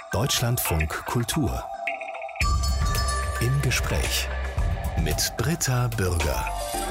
Deutschlandfunk Kultur. Im Gespräch mit Britta Bürger.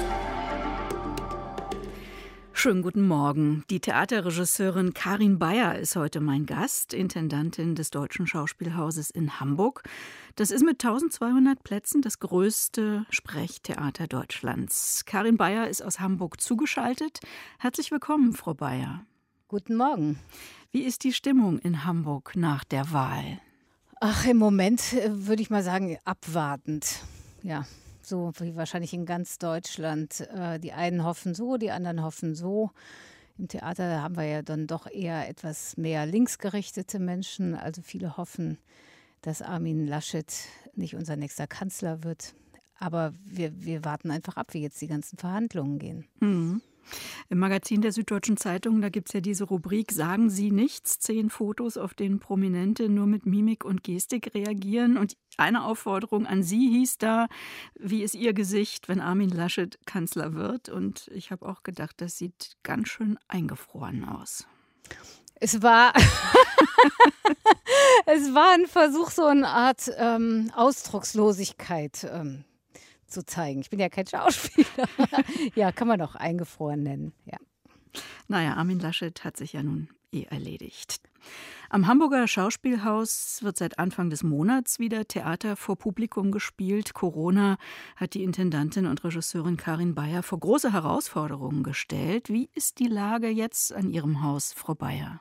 Schönen guten Morgen. Die Theaterregisseurin Karin Beyer ist heute mein Gast, Intendantin des Deutschen Schauspielhauses in Hamburg. Das ist mit 1200 Plätzen das größte Sprechtheater Deutschlands. Karin Beyer ist aus Hamburg zugeschaltet. Herzlich willkommen, Frau Beyer. Guten Morgen. Wie ist die Stimmung in Hamburg nach der Wahl? Ach, im Moment würde ich mal sagen, abwartend. Ja, so wie wahrscheinlich in ganz Deutschland. Die einen hoffen so, die anderen hoffen so. Im Theater haben wir ja dann doch eher etwas mehr linksgerichtete Menschen. Also viele hoffen, dass Armin Laschet nicht unser nächster Kanzler wird. Aber wir warten einfach ab, wie jetzt die ganzen Verhandlungen gehen. Mhm. Im Magazin der Süddeutschen Zeitung, da gibt es ja diese Rubrik "Sagen Sie nichts", 10 Fotos, auf denen Prominente nur mit Mimik und Gestik reagieren. Und eine Aufforderung an Sie hieß da: Wie ist Ihr Gesicht, wenn Armin Laschet Kanzler wird? Und ich habe auch gedacht, das sieht ganz schön eingefroren aus. Es war ein Versuch, so eine Art Ausdruckslosigkeit zu zeigen. Ich bin ja kein Schauspieler. Ja, kann man auch eingefroren nennen. Ja. Naja, Armin Laschet hat sich ja nun erledigt. Am Hamburger Schauspielhaus wird seit Anfang des Monats wieder Theater vor Publikum gespielt. Corona hat die Intendantin und Regisseurin Karin Beyer vor große Herausforderungen gestellt. Wie ist die Lage jetzt an Ihrem Haus, Frau Beyer?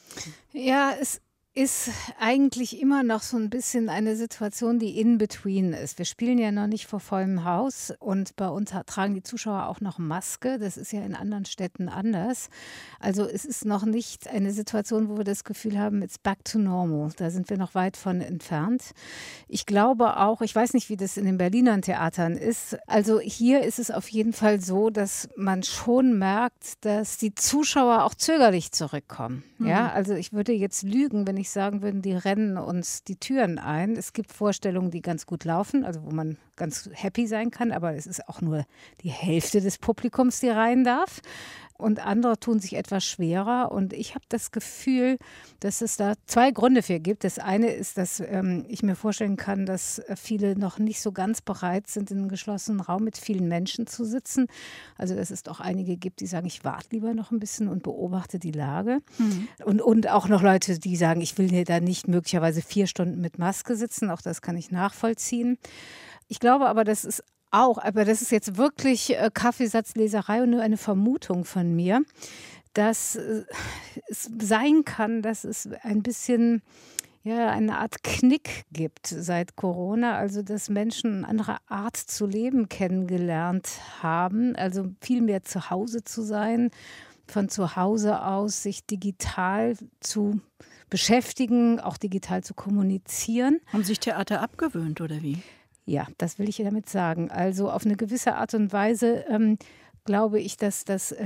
Ja, es ist eigentlich immer noch so ein bisschen eine Situation, die in between ist. Wir spielen ja noch nicht vor vollem Haus und bei uns tragen die Zuschauer auch noch Maske. Das ist ja in anderen Städten anders. Also es ist noch nicht eine Situation, wo wir das Gefühl haben, it's back to normal. Da sind wir noch weit von entfernt. Ich glaube auch, ich weiß nicht, wie das in den Berliner Theatern ist. Also hier ist es auf jeden Fall so, dass man schon merkt, dass die Zuschauer auch zögerlich zurückkommen. Ja, also ich würde jetzt lügen, wenn ich sagen würde, die rennen uns die Türen ein. Es gibt Vorstellungen, die ganz gut laufen, also wo man ganz happy sein kann, aber es ist auch nur die Hälfte des Publikums, die rein darf. Und andere tun sich etwas schwerer. Und ich habe das Gefühl, dass es da 2 Gründe für gibt. Das eine ist, dass ich mir vorstellen kann, dass viele noch nicht so ganz bereit sind, in einem geschlossenen Raum mit vielen Menschen zu sitzen. Also dass es doch einige gibt, die sagen, ich warte lieber noch ein bisschen und beobachte die Lage. Und auch noch Leute, die sagen, ich will hier da nicht möglicherweise 4 Stunden mit Maske sitzen. Auch das kann ich nachvollziehen. Ich glaube aber, das ist jetzt wirklich Kaffeesatzleserei und nur eine Vermutung von mir, dass es sein kann, dass es ein bisschen eine Art Knick gibt seit Corona, also dass Menschen eine andere Art zu leben kennengelernt haben, also viel mehr zu Hause zu sein, von zu Hause aus sich digital zu beschäftigen, auch digital zu kommunizieren. Haben sich Theater abgewöhnt, oder wie? Ja, das will ich damit sagen. Also auf eine gewisse Art und Weise glaube ich, dass das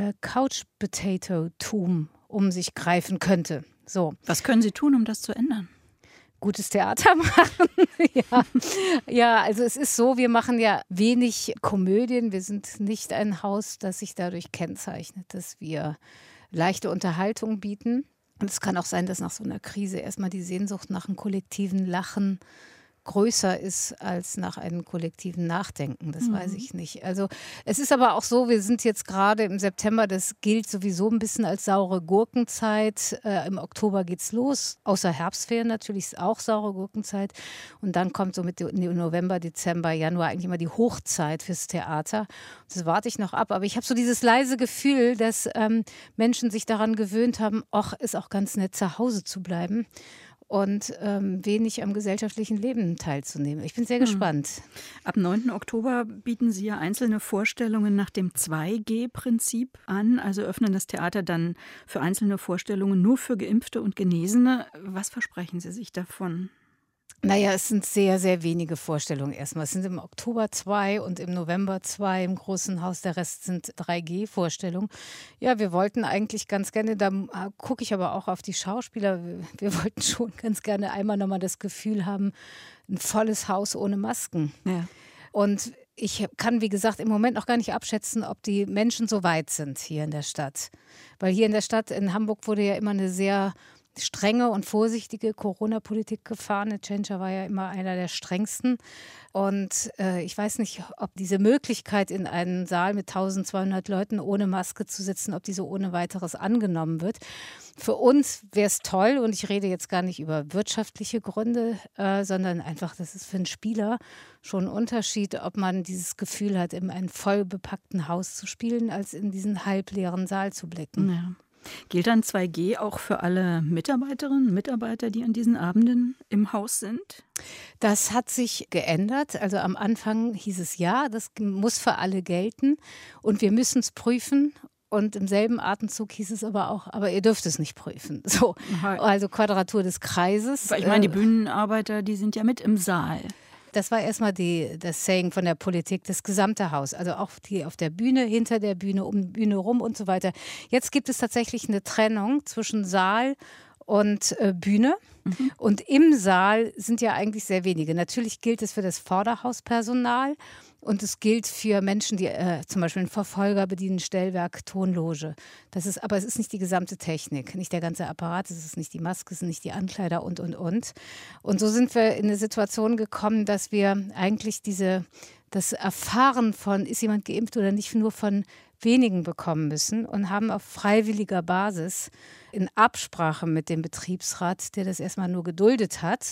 Couch-Potato-Tum um sich greifen könnte. So. Was können Sie tun, um das zu ändern? Gutes Theater machen. Ja, also es ist so, wir machen ja wenig Komödien. Wir sind nicht ein Haus, das sich dadurch kennzeichnet, dass wir leichte Unterhaltung bieten. Und es kann auch sein, dass nach so einer Krise erstmal die Sehnsucht nach einem kollektiven Lachen größer ist als nach einem kollektiven Nachdenken. Das weiß ich nicht. Also es ist aber auch so, wir sind jetzt gerade im September, das gilt sowieso ein bisschen als saure Gurkenzeit. Im Oktober geht's los, außer Herbstferien natürlich ist auch saure Gurkenzeit. Und dann kommt so mit November, Dezember, Januar eigentlich immer die Hochzeit fürs Theater. Das warte ich noch ab. Aber ich habe so dieses leise Gefühl, dass Menschen sich daran gewöhnt haben, ist auch ganz nett, zu Hause zu bleiben und wenig am gesellschaftlichen Leben teilzunehmen. Ich bin sehr gespannt. Ab 9. Oktober bieten Sie ja einzelne Vorstellungen nach dem 2G-Prinzip an, also öffnen das Theater dann für einzelne Vorstellungen nur für Geimpfte und Genesene. Was versprechen Sie sich davon? Naja, es sind sehr, sehr wenige Vorstellungen erstmal. Es sind im Oktober 2 und im November 2 im Großen Haus. Der Rest sind 3G-Vorstellungen. Ja, wir wollten eigentlich ganz gerne, da gucke ich aber auch auf die Schauspieler, wir wollten schon ganz gerne einmal nochmal das Gefühl haben, ein volles Haus ohne Masken. Ja. Und ich kann, wie gesagt, im Moment noch gar nicht abschätzen, ob die Menschen so weit sind hier in der Stadt. Weil hier in der Stadt, in Hamburg, wurde ja immer eine sehr strenge und vorsichtige Corona-Politik gefahren. Der Tschentscher war ja immer einer der strengsten. Und ich weiß nicht, ob diese Möglichkeit, in einen Saal mit 1200 Leuten ohne Maske zu sitzen, ob die so ohne weiteres angenommen wird. Für uns wäre es toll, und ich rede jetzt gar nicht über wirtschaftliche Gründe, sondern einfach, das ist für einen Spieler schon ein Unterschied, ob man dieses Gefühl hat, in einem voll bepackten Haus zu spielen, als in diesen halbleeren Saal zu blicken. Ja. Gilt dann 2G auch für alle Mitarbeiterinnen und Mitarbeiter, die an diesen Abenden im Haus sind? Das hat sich geändert. Also am Anfang hieß es ja, das muss für alle gelten und wir müssen es prüfen. Und im selben Atemzug hieß es aber auch, aber ihr dürft es nicht prüfen. So, also Quadratur des Kreises. Weil ich meine, die Bühnenarbeiter, die sind ja mit im Saal. Das war erstmal das Saying von der Politik, das gesamte Haus. Also auch die auf der Bühne, hinter der Bühne, um die Bühne rum und so weiter. Jetzt gibt es tatsächlich eine Trennung zwischen Saal und Bühne. Mhm. Und im Saal sind ja eigentlich sehr wenige. Natürlich gilt es für das Vorderhauspersonal. Und es gilt für Menschen, die zum Beispiel einen Verfolger bedienen, Stellwerk, Tonloge. Aber es ist nicht die gesamte Technik, nicht der ganze Apparat, es ist nicht die Maske, es sind nicht die Ankleider und. Und so sind wir in eine Situation gekommen, dass wir eigentlich das Erfahren von, ist jemand geimpft oder nicht, nur von wenigen bekommen müssen und haben auf freiwilliger Basis in Absprache mit dem Betriebsrat, der das erstmal nur geduldet hat,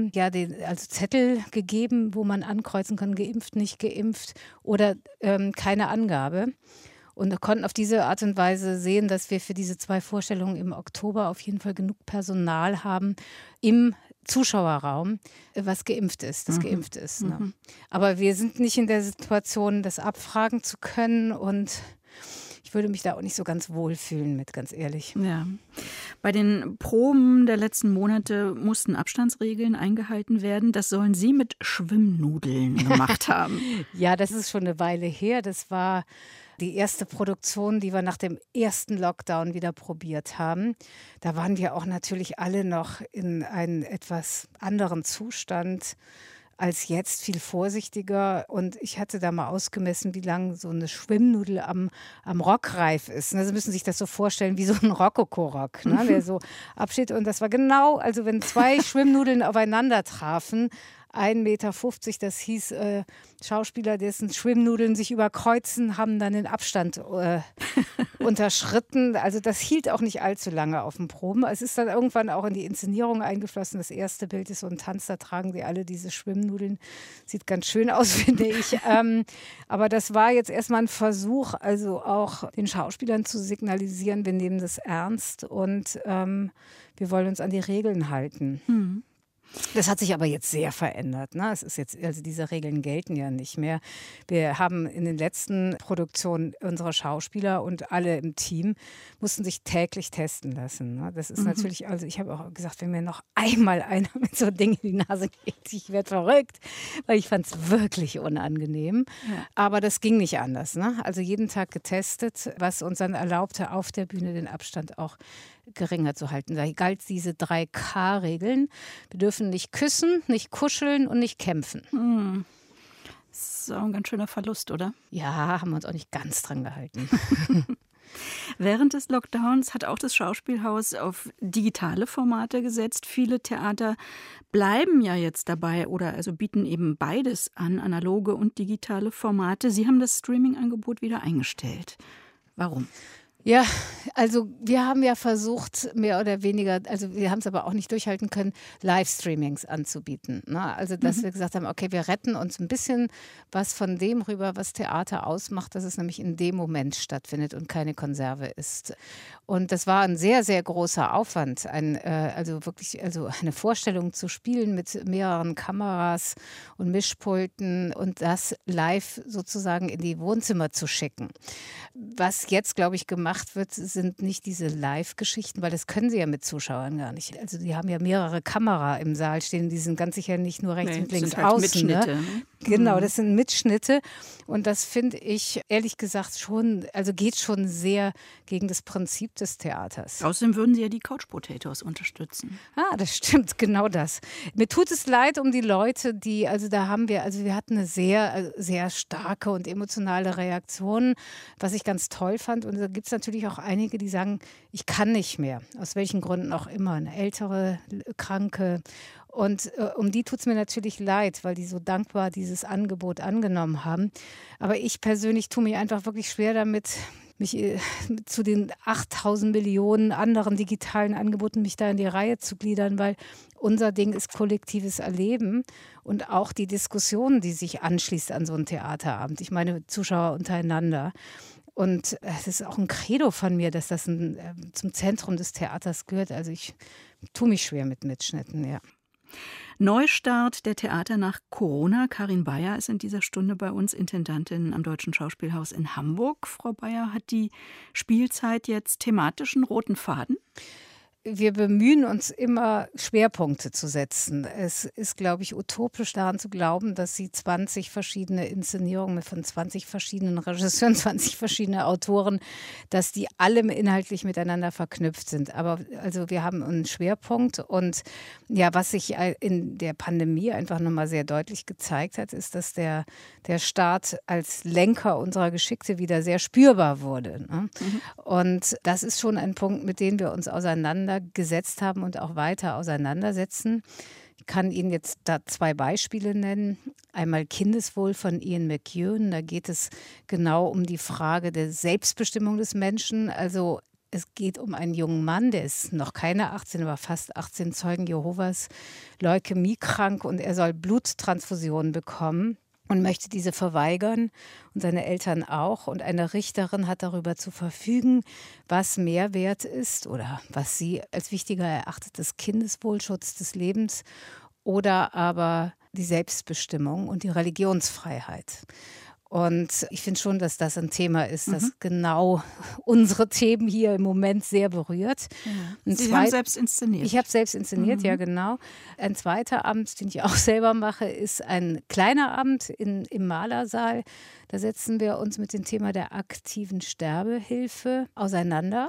also Zettel gegeben, wo man ankreuzen kann, geimpft, nicht geimpft oder keine Angabe. Und konnten auf diese Art und Weise sehen, dass wir für diese 2 Vorstellungen im Oktober auf jeden Fall genug Personal haben im Zuschauerraum, was geimpft ist, geimpft ist. Ne? Aber wir sind nicht in der Situation, das abfragen zu können und ich würde mich da auch nicht so ganz wohlfühlen mit, ganz ehrlich. Ja. Bei den Proben der letzten Monate mussten Abstandsregeln eingehalten werden. Das sollen Sie mit Schwimmnudeln gemacht haben. Ja, das ist schon eine Weile her. Das war die erste Produktion, die wir nach dem ersten Lockdown wieder probiert haben. Da waren wir auch natürlich alle noch in einem etwas anderen Zustand als jetzt, viel vorsichtiger. Und ich hatte da mal ausgemessen, wie lang so eine Schwimmnudel am Rockreif ist. Also müssen Sie sich das so vorstellen wie so ein Rokoko-Rock, ne, der so absteht. Und das war genau, also wenn 2 Schwimmnudeln aufeinander trafen, 1,50 Meter, das hieß, Schauspieler, dessen Schwimmnudeln sich überkreuzen, haben dann den Abstand unterschritten. Also das hielt auch nicht allzu lange auf den Proben. Es ist dann irgendwann auch in die Inszenierung eingeflossen. Das erste Bild ist so ein Tanz, da tragen die alle diese Schwimmnudeln. Sieht ganz schön aus, finde ich. Aber das war jetzt erstmal ein Versuch, also auch den Schauspielern zu signalisieren, wir nehmen das ernst und wir wollen uns an die Regeln halten. Mhm. Das hat sich aber jetzt sehr verändert. Ne? Es ist jetzt, also diese Regeln gelten ja nicht mehr. Wir haben in den letzten Produktionen unsere Schauspieler und alle im Team mussten sich täglich testen lassen. Ne? Das ist natürlich, also ich habe auch gesagt, wenn mir noch einmal einer mit so Dingen in die Nase geht, ich werde verrückt, weil ich fand es wirklich unangenehm. Ja. Aber das ging nicht anders. Ne? Also jeden Tag getestet, was uns dann erlaubte, auf der Bühne den Abstand auch geringer zu halten. Da galt diese 3K-Regeln. Wir dürfen nicht küssen, nicht kuscheln und nicht kämpfen. Das ist auch ein ganz schöner Verlust, oder? Ja, haben wir uns auch nicht ganz dran gehalten. Während des Lockdowns hat auch das Schauspielhaus auf digitale Formate gesetzt. Viele Theater bleiben ja jetzt dabei oder also bieten eben beides an, analoge und digitale Formate. Sie haben das Streaming-Angebot wieder eingestellt. Warum? Ja, also wir haben ja versucht, mehr oder weniger, also wir haben es aber auch nicht durchhalten können, Livestreamings anzubieten. Ne? Also dass wir gesagt haben, okay, wir retten uns ein bisschen was von dem rüber, was Theater ausmacht, dass es nämlich in dem Moment stattfindet und keine Konserve ist. Und das war ein sehr, sehr großer Aufwand, also eine Vorstellung zu spielen mit mehreren Kameras und Mischpulten und das live sozusagen in die Wohnzimmer zu schicken. Was jetzt, glaube ich, gemacht wird, sind nicht diese Live-Geschichten, weil das können sie ja mit Zuschauern gar nicht. Also die haben ja mehrere Kameras im Saal stehen, die sind ganz sicher nicht nur rechts und links das sind halt außen. Mitschnitte. Ne? Genau, das sind Mitschnitte und das finde ich ehrlich gesagt schon, also geht schon sehr gegen das Prinzip des Theaters. Außerdem würden Sie ja die Couch Potatoes unterstützen. Ah, das stimmt, genau das. Mir tut es leid um die Leute, wir hatten eine sehr, sehr starke und emotionale Reaktion, was ich ganz toll fand und da gibt es natürlich natürlich auch einige, die sagen, ich kann nicht mehr, aus welchen Gründen auch immer, eine ältere, Kranke. Und um die tut es mir natürlich leid, weil die so dankbar dieses Angebot angenommen haben. Aber ich persönlich tue mir einfach wirklich schwer damit, mich zu den 8.000 Millionen anderen digitalen Angeboten mich da in die Reihe zu gliedern, weil unser Ding ist kollektives Erleben und auch die Diskussion, die sich anschließt an so einen Theaterabend. Ich meine, Zuschauer untereinander. Und es ist auch ein Credo von mir, dass das zum Zentrum des Theaters gehört. Also ich tue mich schwer mit Mitschnitten, ja. Neustart der Theater nach Corona. Karin Beyer ist in dieser Stunde bei uns, Intendantin am Deutschen Schauspielhaus in Hamburg. Frau Beyer, hat die Spielzeit jetzt thematischen roten Faden? Wir bemühen uns immer, Schwerpunkte zu setzen. Es ist, glaube ich, utopisch daran zu glauben, dass Sie 20 verschiedene Inszenierungen von 20 verschiedenen Regisseuren, 20 verschiedene Autoren, dass die alle inhaltlich miteinander verknüpft sind. Aber also wir haben einen Schwerpunkt und ja, was sich in der Pandemie einfach nochmal sehr deutlich gezeigt hat, ist, dass der Staat als Lenker unserer Geschichte wieder sehr spürbar wurde. Ne? Und das ist schon ein Punkt, mit dem wir uns auseinandergesetzt haben und auch weiter auseinandersetzen. Ich kann Ihnen jetzt da 2 Beispiele nennen. Einmal Kindeswohl von Ian McEwan. Da geht es genau um die Frage der Selbstbestimmung des Menschen. Also es geht um einen jungen Mann, der ist noch keine 18, aber fast 18, Zeugen Jehovas, leukämiekrank und er soll Bluttransfusionen bekommen und möchte diese verweigern und seine Eltern auch. Und eine Richterin hat darüber zu verfügen, was mehr wert ist oder was sie als wichtiger erachtet, das Kindeswohlschutz des Lebens oder aber die Selbstbestimmung und die Religionsfreiheit. Und ich finde schon, dass das ein Thema ist, das genau unsere Themen hier im Moment sehr berührt. Ja. Sie haben selbst inszeniert. Ich habe selbst inszeniert, ja genau. Ein zweiter Abend, den ich auch selber mache, ist ein kleiner Abend im Malersaal. Da setzen wir uns mit dem Thema der aktiven Sterbehilfe auseinander.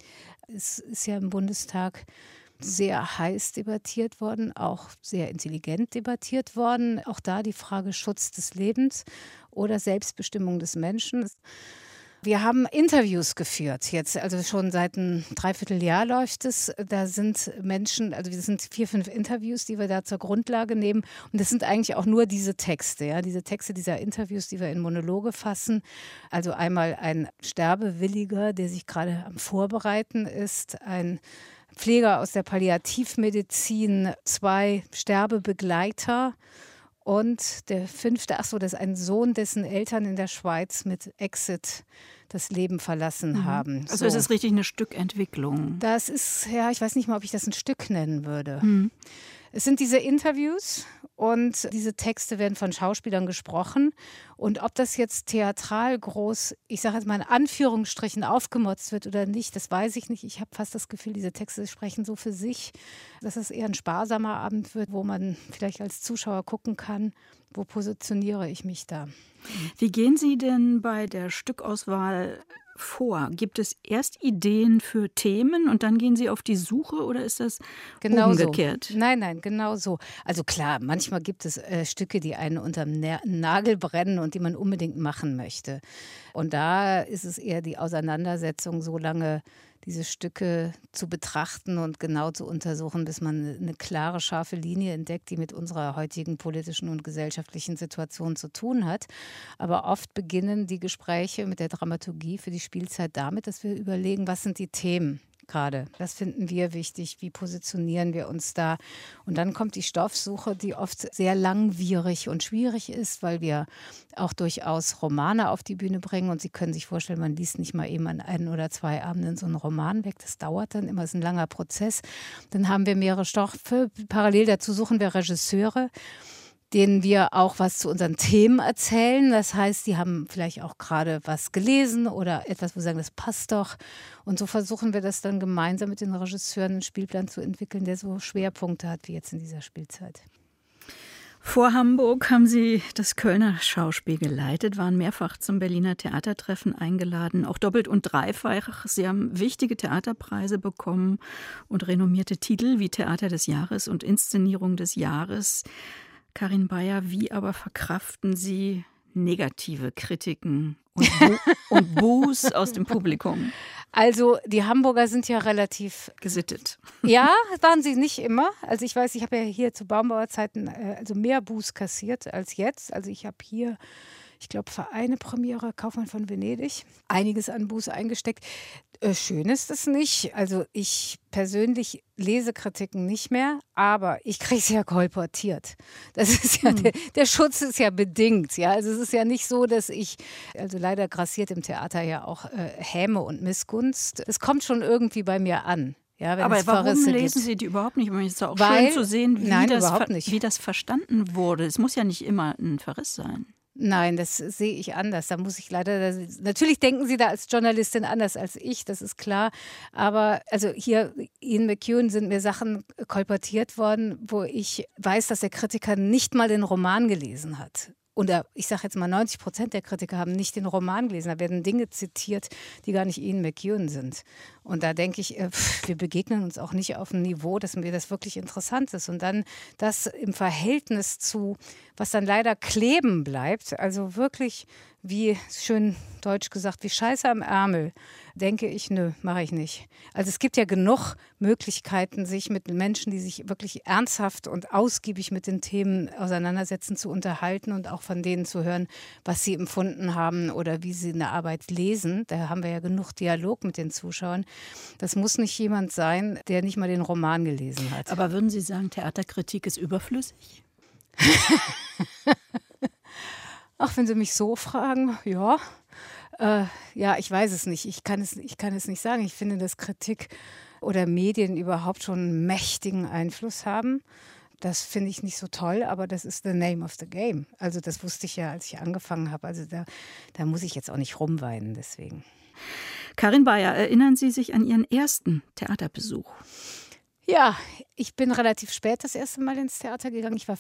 Es ist ja im Bundestag sehr heiß debattiert worden, auch sehr intelligent debattiert worden. Auch da die Frage Schutz des Lebens oder Selbstbestimmung des Menschen. Wir haben Interviews geführt jetzt, also schon seit einem Dreivierteljahr läuft es. Da sind Menschen, also das sind 4, 5 Interviews, die wir da zur Grundlage nehmen. Und das sind eigentlich auch nur diese Texte, ja, diese Texte dieser Interviews, die wir in Monologe fassen. Also einmal ein Sterbewilliger, der sich gerade am Vorbereiten ist, ein Pfleger aus der Palliativmedizin, 2 Sterbebegleiter und der 5., das ist ein Sohn, dessen Eltern in der Schweiz mit Exit das Leben verlassen haben. Also es ist richtig eine Stückentwicklung. Das ist, ja, ich weiß nicht mal, ob ich das ein Stück nennen würde. Es sind diese Interviews und diese Texte werden von Schauspielern gesprochen. Und ob das jetzt theatral groß, ich sage jetzt mal in Anführungsstrichen, aufgemotzt wird oder nicht, das weiß ich nicht. Ich habe fast das Gefühl, diese Texte sprechen so für sich, dass es eher ein sparsamer Abend wird, wo man vielleicht als Zuschauer gucken kann, wo positioniere ich mich da. Wie gehen Sie denn bei der Stückauswahl vor? Gibt es erst Ideen für Themen und dann gehen Sie auf die Suche oder ist das genau umgekehrt? So. Nein, genau so. Also klar, manchmal gibt es Stücke, die einen unterm Nagel brennen und die man unbedingt machen möchte. Und da ist es eher die Auseinandersetzung, so lange diese Stücke zu betrachten und genau zu untersuchen, bis man eine klare, scharfe Linie entdeckt, die mit unserer heutigen politischen und gesellschaftlichen Situation zu tun hat. Aber oft beginnen die Gespräche mit der Dramaturgie für die Spielzeit damit, dass wir überlegen, was sind die Themen gerade. Das finden wir wichtig. Wie positionieren wir uns da? Und dann kommt die Stoffsuche, die oft sehr langwierig und schwierig ist, weil wir auch durchaus Romane auf die Bühne bringen. Und Sie können sich vorstellen, man liest nicht mal eben an 1 oder 2 Abenden so einen Roman weg. Das dauert dann immer, ist ein langer Prozess. Dann haben wir mehrere Stoffe. Parallel dazu suchen wir Regisseure, denen wir auch was zu unseren Themen erzählen. Das heißt, die haben vielleicht auch gerade was gelesen oder etwas, wo sie sagen, das passt doch. Und so versuchen wir das dann gemeinsam mit den Regisseuren einen Spielplan zu entwickeln, der so Schwerpunkte hat wie jetzt in dieser Spielzeit. Vor Hamburg haben Sie das Kölner Schauspiel geleitet, waren mehrfach zum Berliner Theatertreffen eingeladen, auch doppelt und dreifach. Sie haben wichtige Theaterpreise bekommen und renommierte Titel wie Theater des Jahres und Inszenierung des Jahres. Karin Beyer, wie aber verkraften Sie negative Kritiken und Buß aus dem Publikum? Also die Hamburger sind ja relativ gesittet. Ja, waren sie nicht immer. Also ich weiß, ich habe ja hier zu Baumbauerzeiten also mehr Buß kassiert als jetzt. Also ich habe hier, ich glaube, für eine Premiere Kaufmann von Venedig einiges an Buß eingesteckt. Schön ist es nicht. Also ich persönlich lese Kritiken nicht mehr, aber ich kriege es ja kolportiert. Das ist ja der Schutz ist ja bedingt. Ja, also es ist ja nicht so, dass ich, also leider grassiert im Theater ja auch Häme und Missgunst. Es kommt schon irgendwie bei mir an. Ja, wenn aber es warum Verrisse lesen gibt. Sie die überhaupt nicht? Es ist auch Weil- schön zu sehen, Nein, überhaupt nicht. wie das verstanden wurde. Es muss ja nicht immer ein Verriss sein. Nein, das sehe ich anders. Da muss ich leider, natürlich denken Sie da als Journalistin anders als ich, das ist klar. Aber also hier, Ian McEwan, sind mir Sachen kolportiert worden, wo ich weiß, dass der Kritiker nicht mal den Roman gelesen hat. Und ich sage jetzt mal, 90% der Kritiker haben nicht den Roman gelesen. Da werden Dinge zitiert, die gar nicht Ian McEwan sind. Und da denke ich, wir begegnen uns auch nicht auf einem Niveau, dass mir das wirklich interessant ist. Und dann das im Verhältnis zu, was dann leider kleben bleibt, also wirklich, wie schön deutsch gesagt, wie Scheiße am Ärmel, denke ich, nö, mache ich nicht. Also es gibt ja genug Möglichkeiten, sich mit Menschen, die sich wirklich ernsthaft und ausgiebig mit den Themen auseinandersetzen, zu unterhalten und auch von denen zu hören, was sie empfunden haben oder wie sie eine Arbeit lesen. Da haben wir ja genug Dialog mit den Zuschauern. Das muss nicht jemand sein, der nicht mal den Roman gelesen hat. Aber würden Sie sagen, Theaterkritik ist überflüssig? Ach, wenn Sie mich so fragen, ja. Ja, ich weiß es nicht. Ich kann es nicht sagen. Ich finde, dass Kritik oder Medien überhaupt schon einen mächtigen Einfluss haben. Das finde ich nicht so toll, aber das ist the name of the game. Also das wusste ich ja, als ich angefangen habe. Also da muss ich jetzt auch nicht rumweinen deswegen. Karin Bayer, erinnern Sie sich an Ihren ersten Theaterbesuch? Ja, ich bin relativ spät das erste Mal ins Theater gegangen. Ich war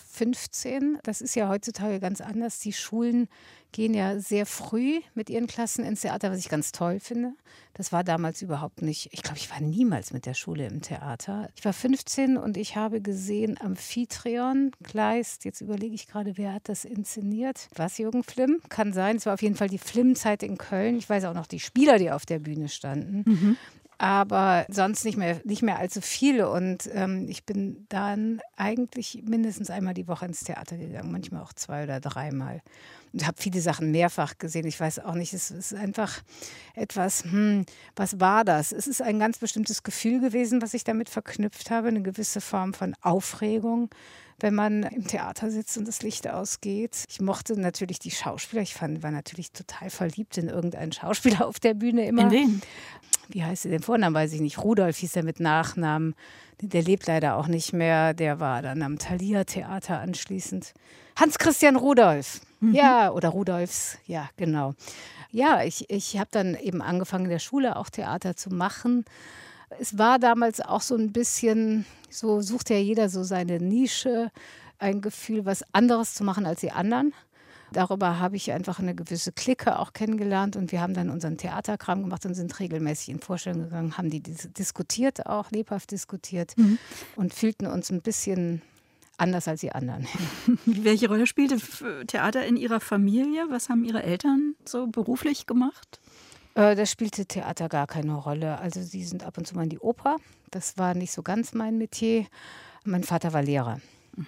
15. Das ist ja heutzutage ganz anders. Die Schulen gehen ja sehr früh mit ihren Klassen ins Theater, was ich ganz toll finde. Das war damals überhaupt nicht. Ich glaube, ich war niemals mit der Schule im Theater. Ich war 15 und ich habe gesehen Amphitryon, Kleist. Jetzt überlege ich gerade, wer hat das inszeniert? Was, Jürgen Flimm? Kann sein. Es war auf jeden Fall die Flimm-Zeit in Köln. Ich weiß auch noch die Spieler, die auf der Bühne standen. Aber sonst nicht mehr allzu viele. Und ich bin dann eigentlich mindestens einmal die Woche ins Theater gegangen, manchmal auch 2 oder 3 Mal. Und habe viele Sachen mehrfach gesehen. Ich weiß auch nicht, es ist einfach etwas, was war das? Es ist ein ganz bestimmtes Gefühl gewesen, was ich damit verknüpft habe, eine gewisse Form von Aufregung, wenn man im Theater sitzt und das Licht ausgeht. Ich mochte natürlich die Schauspieler. War natürlich total verliebt in irgendeinen Schauspieler auf der Bühne immer. In wen? Wie heißt der? Den Vornamen weiß ich nicht. Rudolf hieß er mit Nachnamen. Der lebt leider auch nicht mehr. Der war dann am Thalia-Theater anschließend. Hans-Christian Rudolph. Ja, oder Rudolfs. Ja, genau. Ja, ich habe dann eben angefangen, in der Schule auch Theater zu machen. Es war damals auch so ein bisschen, so sucht ja jeder so seine Nische, ein Gefühl, was anderes zu machen als die anderen. Darüber habe ich einfach eine gewisse Clique auch kennengelernt und wir haben dann unseren Theaterkram gemacht und sind regelmäßig in Vorstellungen gegangen, haben die diskutiert auch, lebhaft diskutiert und fühlten uns ein bisschen anders als die anderen. Welche Rolle spielte Theater in Ihrer Familie? Was haben Ihre Eltern so beruflich gemacht? Da spielte Theater gar keine Rolle. Also sie sind ab und zu mal in die Oper. Das war nicht so ganz mein Metier. Mein Vater war Lehrer.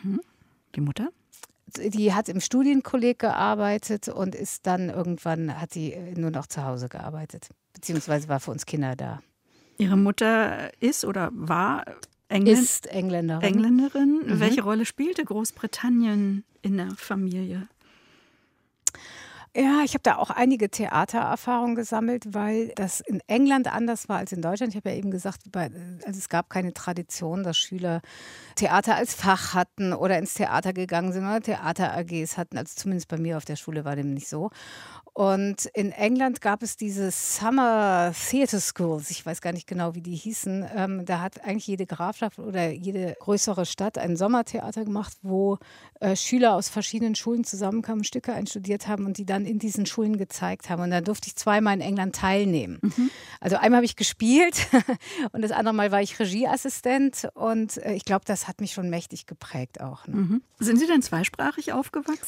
Die Mutter? Die hat im Studienkolleg gearbeitet und ist dann irgendwann, hat sie nur noch zu Hause gearbeitet. Beziehungsweise war für uns Kinder da. Ihre Mutter ist oder war Ist Engländerin. Engländerin. Welche Rolle spielte Großbritannien in der Familie? Ja, ich habe da auch einige Theatererfahrungen gesammelt, weil das in England anders war als in Deutschland. Ich habe ja eben gesagt, also es gab keine Tradition, dass Schüler Theater als Fach hatten oder ins Theater gegangen sind oder Theater-AGs hatten. Also zumindest bei mir auf der Schule war dem nicht so. Und in England gab es diese Summer Theatre Schools, ich weiß gar nicht genau, wie die hießen. Da hat eigentlich jede Grafschaft oder jede größere Stadt ein Sommertheater gemacht, wo Schüler aus verschiedenen Schulen zusammenkamen, Stücke einstudiert haben und die dann in diesen Schulen gezeigt haben. Und da durfte ich 2-mal in England teilnehmen. Also einmal habe ich gespielt und das andere Mal war ich Regieassistent und ich glaube, das hat mich schon mächtig geprägt auch. Ne? Sind Sie denn zweisprachig aufgewachsen?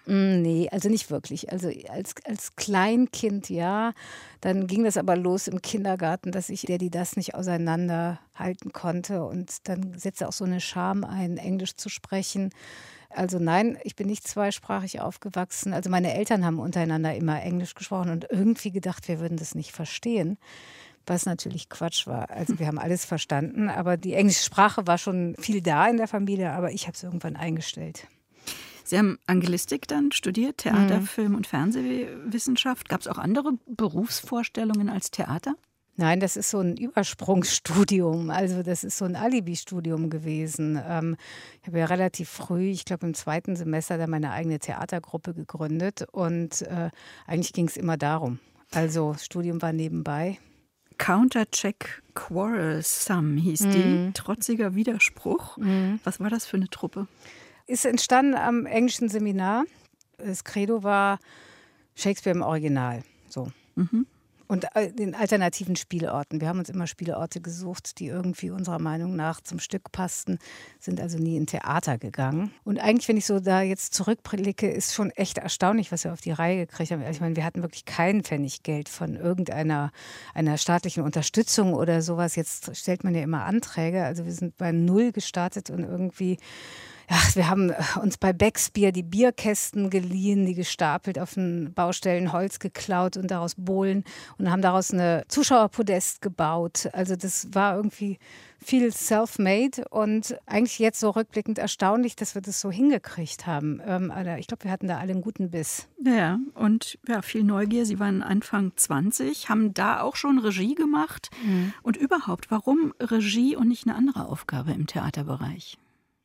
Nee, also nicht wirklich. Also als Kleinkind ja, dann ging das aber los im Kindergarten, dass ich das nicht auseinanderhalten konnte und dann setzte auch so eine Scham ein, Englisch zu sprechen. Also nein, ich bin nicht zweisprachig aufgewachsen. Also meine Eltern haben untereinander immer Englisch gesprochen und irgendwie gedacht, wir würden das nicht verstehen, was natürlich Quatsch war. Also wir haben alles verstanden, aber die englische Sprache war schon viel da in der Familie, aber ich habe es irgendwann eingestellt. Sie haben Angelistik dann studiert, Theater, Film und Fernsehwissenschaft. Gab es auch andere Berufsvorstellungen als Theater? Nein, das ist so ein Übersprungsstudium. Also das ist so ein Alibi-Studium gewesen. Ich habe ja relativ früh, ich glaube im 2. Semester, dann meine eigene Theatergruppe gegründet. Und eigentlich ging es immer darum. Also Studium war nebenbei. Countercheck Quarrelsome hieß die. Trotziger Widerspruch. Was war das für eine Truppe? Ist entstanden am englischen Seminar. Das Credo war Shakespeare im Original. So. Und den alternativen Spielorten. Wir haben uns immer Spielorte gesucht, die irgendwie unserer Meinung nach zum Stück passten, sind also nie in Theater gegangen. Und eigentlich, wenn ich so da jetzt zurückblicke, ist schon echt erstaunlich, was wir auf die Reihe gekriegt haben. Ich meine, wir hatten wirklich keinen Pfennig Geld von einer staatlichen Unterstützung oder sowas. Jetzt stellt man ja immer Anträge. Also wir sind bei 0 gestartet und irgendwie... Ja, wir haben uns bei Becksbier die Bierkästen geliehen, die gestapelt auf den Baustellen Holz geklaut und daraus Bohlen und haben daraus eine Zuschauerpodest gebaut. Also das war irgendwie viel self-made und eigentlich jetzt so rückblickend erstaunlich, dass wir das so hingekriegt haben. Ich glaube, wir hatten da alle einen guten Biss. Ja, und ja, viel Neugier. Sie waren Anfang 20, haben da auch schon Regie gemacht. Und überhaupt, warum Regie und nicht eine andere Aufgabe im Theaterbereich?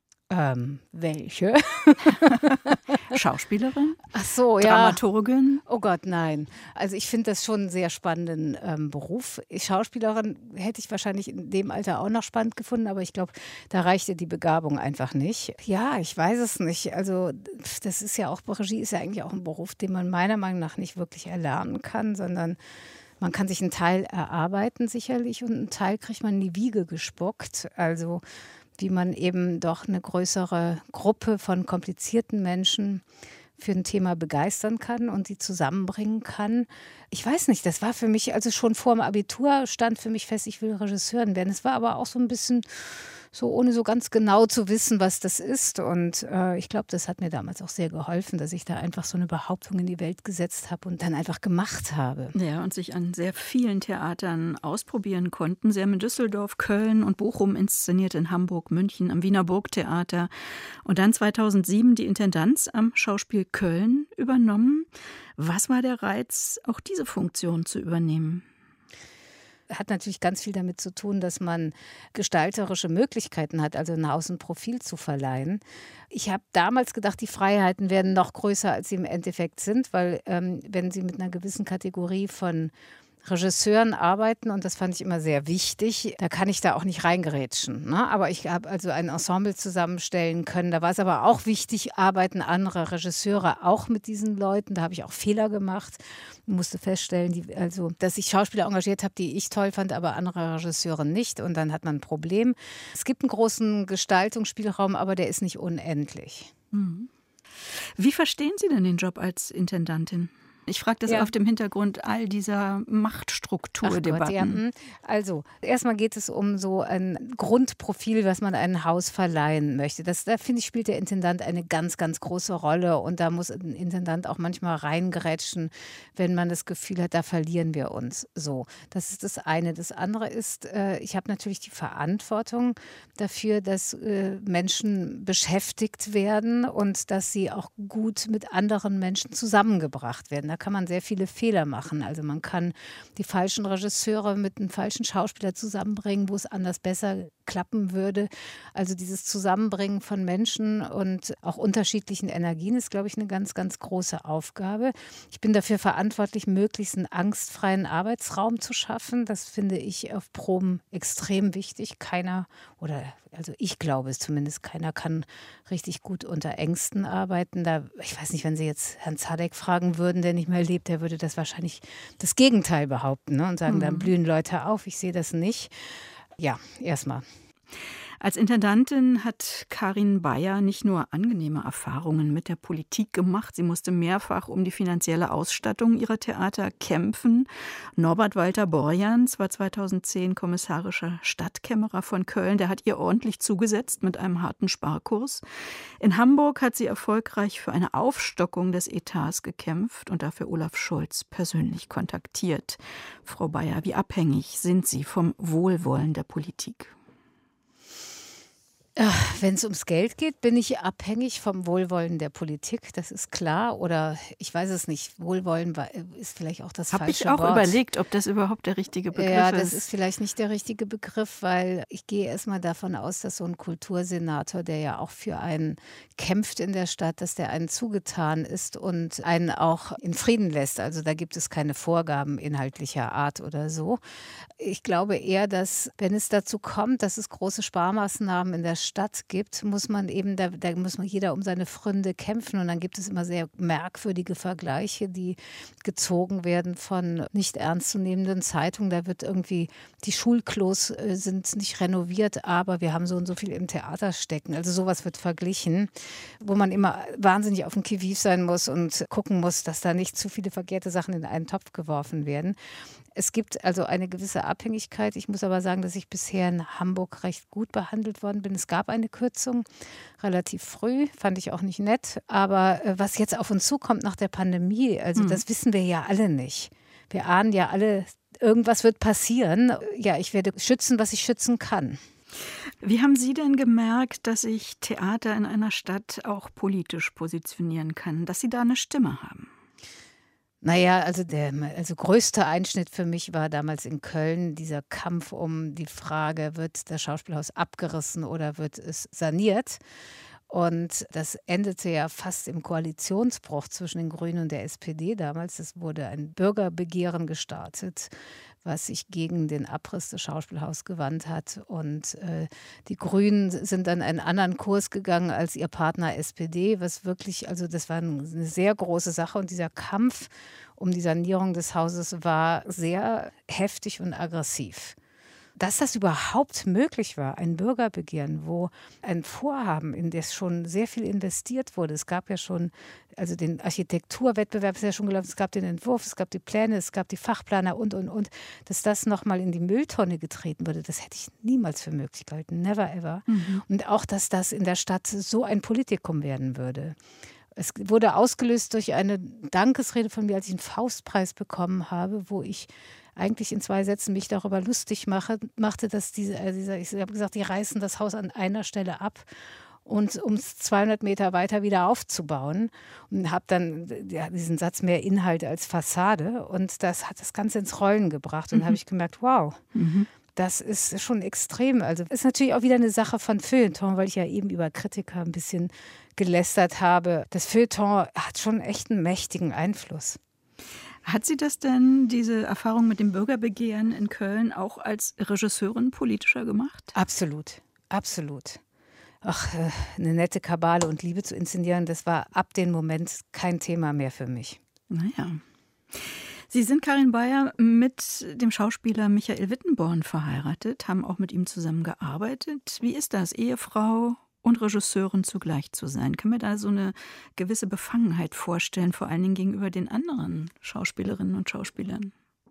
Welche? Schauspielerin? Ach so, ja. Dramaturgin? Oh Gott, nein. Also ich finde das schon einen sehr spannenden Beruf. Schauspielerin hätte ich wahrscheinlich in dem Alter auch noch spannend gefunden, aber ich glaube, da reichte die Begabung einfach nicht. Ja, ich weiß es nicht. Also das ist ja auch, Regie ist ja eigentlich auch ein Beruf, den man meiner Meinung nach nicht wirklich erlernen kann, sondern man kann sich einen Teil erarbeiten sicherlich und einen Teil kriegt man in die Wiege gespuckt. Also wie man eben doch eine größere Gruppe von komplizierten Menschen für ein Thema begeistern kann und sie zusammenbringen kann. Ich weiß nicht, das war für mich, also schon vor dem Abitur stand für mich fest, ich will Regisseurin werden. Es war aber auch so ein bisschen so, ohne so ganz genau zu wissen, was das ist. Und ich glaube, das hat mir damals auch sehr geholfen, dass ich da einfach so eine Behauptung in die Welt gesetzt habe und dann einfach gemacht habe. Ja, und sich an sehr vielen Theatern ausprobieren konnten. Sie haben in Düsseldorf, Köln und Bochum inszeniert, in Hamburg, München, am Wiener Burgtheater. Und dann 2007 die Intendanz am Schauspiel Köln übernommen. Was war der Reiz, auch diese Funktion zu übernehmen? Hat natürlich ganz viel damit zu tun, dass man gestalterische Möglichkeiten hat, also ein Außenprofil zu verleihen. Ich habe damals gedacht, die Freiheiten werden noch größer, als sie im Endeffekt sind, weil wenn Sie mit einer gewissen Kategorie von Regisseuren arbeiten, und das fand ich immer sehr wichtig, da kann ich da auch nicht reingerätschen. Ne? Aber ich habe also ein Ensemble zusammenstellen können. Da war es aber auch wichtig, arbeiten andere Regisseure auch mit diesen Leuten. Da habe ich auch Fehler gemacht. Ich musste feststellen, dass ich Schauspieler engagiert habe, die ich toll fand, aber andere Regisseure nicht. Und dann hat man ein Problem. Es gibt einen großen Gestaltungsspielraum, aber der ist nicht unendlich. Wie verstehen Sie denn den Job als Intendantin? Ich frage das auf dem Hintergrund all dieser Machtstrukturdebatten. Ja. Also, erstmal geht es um so ein Grundprofil, was man einem Haus verleihen möchte. Da finde ich, spielt der Intendant eine ganz, ganz große Rolle. Und da muss ein Intendant auch manchmal reingerätschen, wenn man das Gefühl hat, da verlieren wir uns. So, das ist das eine. Das andere ist, ich habe natürlich die Verantwortung dafür, dass Menschen beschäftigt werden und dass sie auch gut mit anderen Menschen zusammengebracht werden. Da kann man sehr viele Fehler machen. Also man kann die falschen Regisseure mit einem falschen Schauspieler zusammenbringen, wo es anders besser klappen würde. Also dieses Zusammenbringen von Menschen und auch unterschiedlichen Energien ist, glaube ich, eine ganz, ganz große Aufgabe. Ich bin dafür verantwortlich, möglichst einen angstfreien Arbeitsraum zu schaffen. Das finde ich auf Proben extrem wichtig. Ich glaube es zumindest, keiner kann richtig gut unter Ängsten arbeiten. Ich weiß nicht, wenn Sie jetzt Herrn Zadek fragen würden, der nicht mehr lebt, der würde das wahrscheinlich das Gegenteil behaupten, ne? Und sagen, dann blühen Leute auf. Ich sehe das nicht. Ja, erstmal. Als Intendantin hat Karin Bayer nicht nur angenehme Erfahrungen mit der Politik gemacht, sie musste mehrfach um die finanzielle Ausstattung ihrer Theater kämpfen. Norbert Walter Borjans war 2010 kommissarischer Stadtkämmerer von Köln. Der hat ihr ordentlich zugesetzt mit einem harten Sparkurs. In Hamburg hat sie erfolgreich für eine Aufstockung des Etats gekämpft und dafür Olaf Scholz persönlich kontaktiert. Frau Bayer, wie abhängig sind Sie vom Wohlwollen der Politik? Wenn es ums Geld geht, bin ich abhängig vom Wohlwollen der Politik, das ist klar. Oder ich weiß es nicht, Wohlwollen ist vielleicht auch das falsche Wort. Habe ich auch überlegt, ob das überhaupt der richtige Begriff ist. Ja, das ist vielleicht nicht der richtige Begriff, weil ich gehe erstmal davon aus, dass so ein Kultursenator, der ja auch für einen kämpft in der Stadt, dass der einen zugetan ist und einen auch in Frieden lässt. Also da gibt es keine Vorgaben inhaltlicher Art oder so. Ich glaube eher, dass, wenn es dazu kommt, dass es große Sparmaßnahmen in der Stadt gibt, muss man eben, da muss man jeder um seine Pfründe kämpfen. Und dann gibt es immer sehr merkwürdige Vergleiche, die gezogen werden von nicht ernstzunehmenden Zeitungen. Da wird irgendwie, die Schulklos sind nicht renoviert, aber wir haben so und so viel im Theater stecken. Also sowas wird verglichen, wo man immer wahnsinnig auf dem Qui-vive sein muss und gucken muss, dass da nicht zu viele verkehrte Sachen in einen Topf geworfen werden. Es gibt also eine gewisse Abhängigkeit. Ich muss aber sagen, dass ich bisher in Hamburg recht gut behandelt worden bin. Es gab eine Kürzung relativ früh, fand ich auch nicht nett. Aber was jetzt auf uns zukommt nach der Pandemie, also das wissen wir ja alle nicht. Wir ahnen ja alle, irgendwas wird passieren. Ja, ich werde schützen, was ich schützen kann. Wie haben Sie denn gemerkt, dass sich Theater in einer Stadt auch politisch positionieren kann, dass Sie da eine Stimme haben? Naja, also der größte Einschnitt für mich war damals in Köln dieser Kampf um die Frage, wird das Schauspielhaus abgerissen oder wird es saniert? Und das endete ja fast im Koalitionsbruch zwischen den Grünen und der SPD damals. Es wurde ein Bürgerbegehren gestartet, was sich gegen den Abriss des Schauspielhauses gewandt hat. Und die Grünen sind dann einen anderen Kurs gegangen als ihr Partner SPD, was wirklich, also das war eine sehr große Sache. Und dieser Kampf um die Sanierung des Hauses war sehr heftig und aggressiv. Dass das überhaupt möglich war, ein Bürgerbegehren, wo ein Vorhaben, in das schon sehr viel investiert wurde. Es gab ja schon, also den Architekturwettbewerb ist ja schon gelaufen, es gab den Entwurf, es gab die Pläne, es gab die Fachplaner und. Dass das nochmal in die Mülltonne getreten wurde, das hätte ich niemals für möglich gehalten, never ever. Und auch, dass das in der Stadt so ein Politikum werden würde. Es wurde ausgelöst durch eine Dankesrede von mir, als ich einen Faustpreis bekommen habe, wo ich eigentlich in 2 Sätzen mich darüber lustig machte, dass ich habe gesagt, die reißen das Haus an einer Stelle ab, und um es 200 Meter weiter wieder aufzubauen. Und habe dann diesen Satz mehr Inhalt als Fassade. Und das hat das Ganze ins Rollen gebracht. Und habe ich gemerkt, wow, das ist schon extrem. Also ist natürlich auch wieder eine Sache von Feuilleton, weil ich ja eben über Kritiker ein bisschen gelästert habe. Das Feuilleton hat schon echt einen mächtigen Einfluss. Hat Sie das denn, diese Erfahrung mit dem Bürgerbegehren in Köln, auch als Regisseurin politischer gemacht? Absolut, absolut. Ach, eine nette Kabale und Liebe zu inszenieren, das war ab dem Moment kein Thema mehr für mich. Naja. Sie sind, Karin Bayer, mit dem Schauspieler Michael Wittenborn verheiratet, haben auch mit ihm zusammengearbeitet. Wie ist das, Ehefrau und Regisseurin zugleich zu sein? Können wir da so eine gewisse Befangenheit vorstellen, vor allen Dingen gegenüber den anderen Schauspielerinnen und Schauspielern?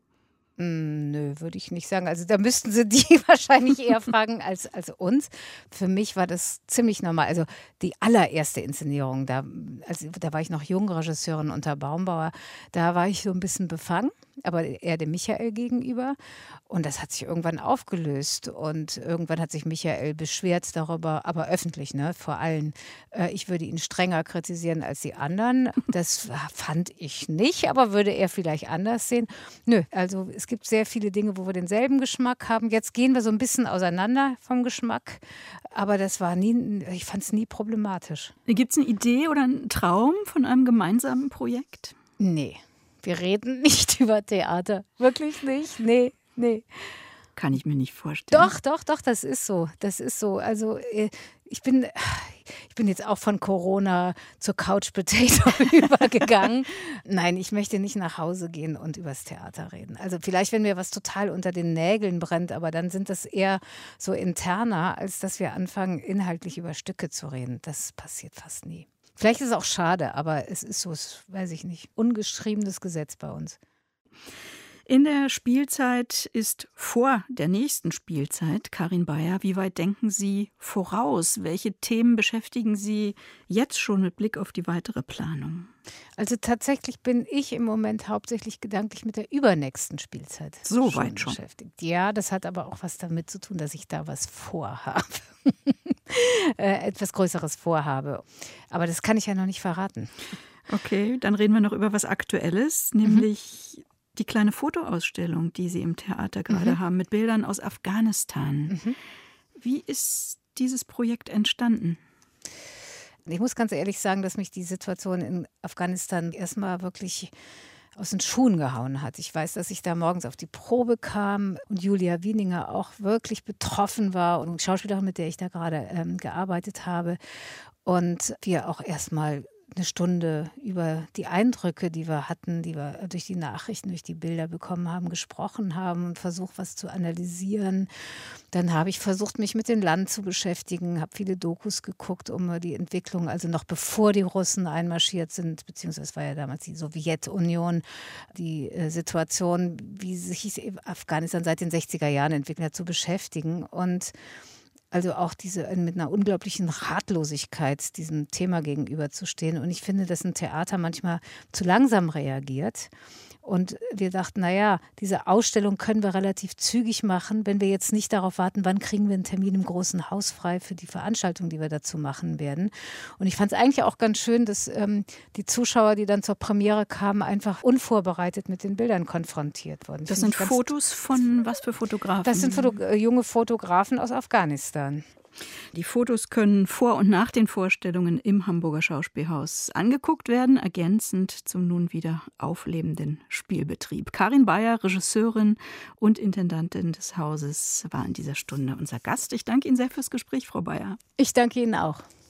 Nö, würde ich nicht sagen. Also da müssten Sie die wahrscheinlich eher fragen als uns. Für mich war das ziemlich normal. Also die allererste Inszenierung, da war ich noch Jungregisseurin unter Baumbauer, da war ich so ein bisschen befangen, aber eher dem Michael gegenüber. Und das hat sich irgendwann aufgelöst. Und irgendwann hat sich Michael beschwert darüber, aber öffentlich, ne, vor allen. Ich würde ihn strenger kritisieren als die anderen. Das fand ich nicht, aber würde er vielleicht anders sehen. Nö, also es gibt sehr viele Dinge, wo wir denselben Geschmack haben. Jetzt gehen wir so ein bisschen auseinander vom Geschmack. Aber das war ich fand es nie problematisch. Gibt es eine Idee oder einen Traum von einem gemeinsamen Projekt? Nee. Wir reden nicht über Theater. Wirklich nicht. Nee. Kann ich mir nicht vorstellen. Doch, das ist so. Das ist so. Also ich bin Ich bin jetzt auch von Corona zur Couch Potato übergegangen. Nein, ich möchte nicht nach Hause gehen und übers Theater reden. Also vielleicht, wenn mir was total unter den Nägeln brennt, aber dann sind das eher so interner, als dass wir anfangen, inhaltlich über Stücke zu reden. Das passiert fast nie. Vielleicht ist es auch schade, aber es ist so, weiß ich nicht, ungeschriebenes Gesetz bei uns. In der Spielzeit ist vor der nächsten Spielzeit. Karin Beyer, wie weit denken Sie voraus? Welche Themen beschäftigen Sie jetzt schon mit Blick auf die weitere Planung? Also tatsächlich bin ich im Moment hauptsächlich gedanklich mit der übernächsten Spielzeit so weit schon beschäftigt. Ja, das hat aber auch was damit zu tun, dass ich da was vorhabe. Etwas Größeres vorhabe. Aber das kann ich ja noch nicht verraten. Okay, dann reden wir noch über was Aktuelles, nämlich die kleine Fotoausstellung, die Sie im Theater gerade haben, mit Bildern aus Afghanistan. Wie ist dieses Projekt entstanden? Ich muss ganz ehrlich sagen, dass mich die Situation in Afghanistan erstmal wirklich aus den Schuhen gehauen hat. Ich weiß, dass ich da morgens auf die Probe kam und Julia Wieninger auch wirklich betroffen war und die Schauspielerin, mit der ich da gerade gearbeitet habe. Und wir auch erstmal eine Stunde über die Eindrücke, die wir hatten, die wir durch die Nachrichten, durch die Bilder bekommen haben, gesprochen haben und versucht, was zu analysieren. Dann habe ich versucht, mich mit dem Land zu beschäftigen, habe viele Dokus geguckt, um die Entwicklung, also noch bevor die Russen einmarschiert sind, beziehungsweise es war ja damals die Sowjetunion, die Situation, wie sich Afghanistan seit den 60er Jahren entwickelt hat, zu beschäftigen und also auch mit einer unglaublichen Ratlosigkeit diesem Thema gegenüberzustehen. Und ich finde, dass ein Theater manchmal zu langsam reagiert. Und wir dachten, naja, diese Ausstellung können wir relativ zügig machen, wenn wir jetzt nicht darauf warten, wann kriegen wir einen Termin im großen Haus frei für die Veranstaltung, die wir dazu machen werden. Und ich fand es eigentlich auch ganz schön, dass die Zuschauer, die dann zur Premiere kamen, einfach unvorbereitet mit den Bildern konfrontiert wurden. Das sind Fotos von was für Fotografen? Das sind junge Fotografen aus Afghanistan. Die Fotos können vor und nach den Vorstellungen im Hamburger Schauspielhaus angeguckt werden, ergänzend zum nun wieder auflebenden Spielbetrieb. Karin Beyer, Regisseurin und Intendantin des Hauses, war in dieser Stunde unser Gast. Ich danke Ihnen sehr fürs Gespräch, Frau Beyer. Ich danke Ihnen auch.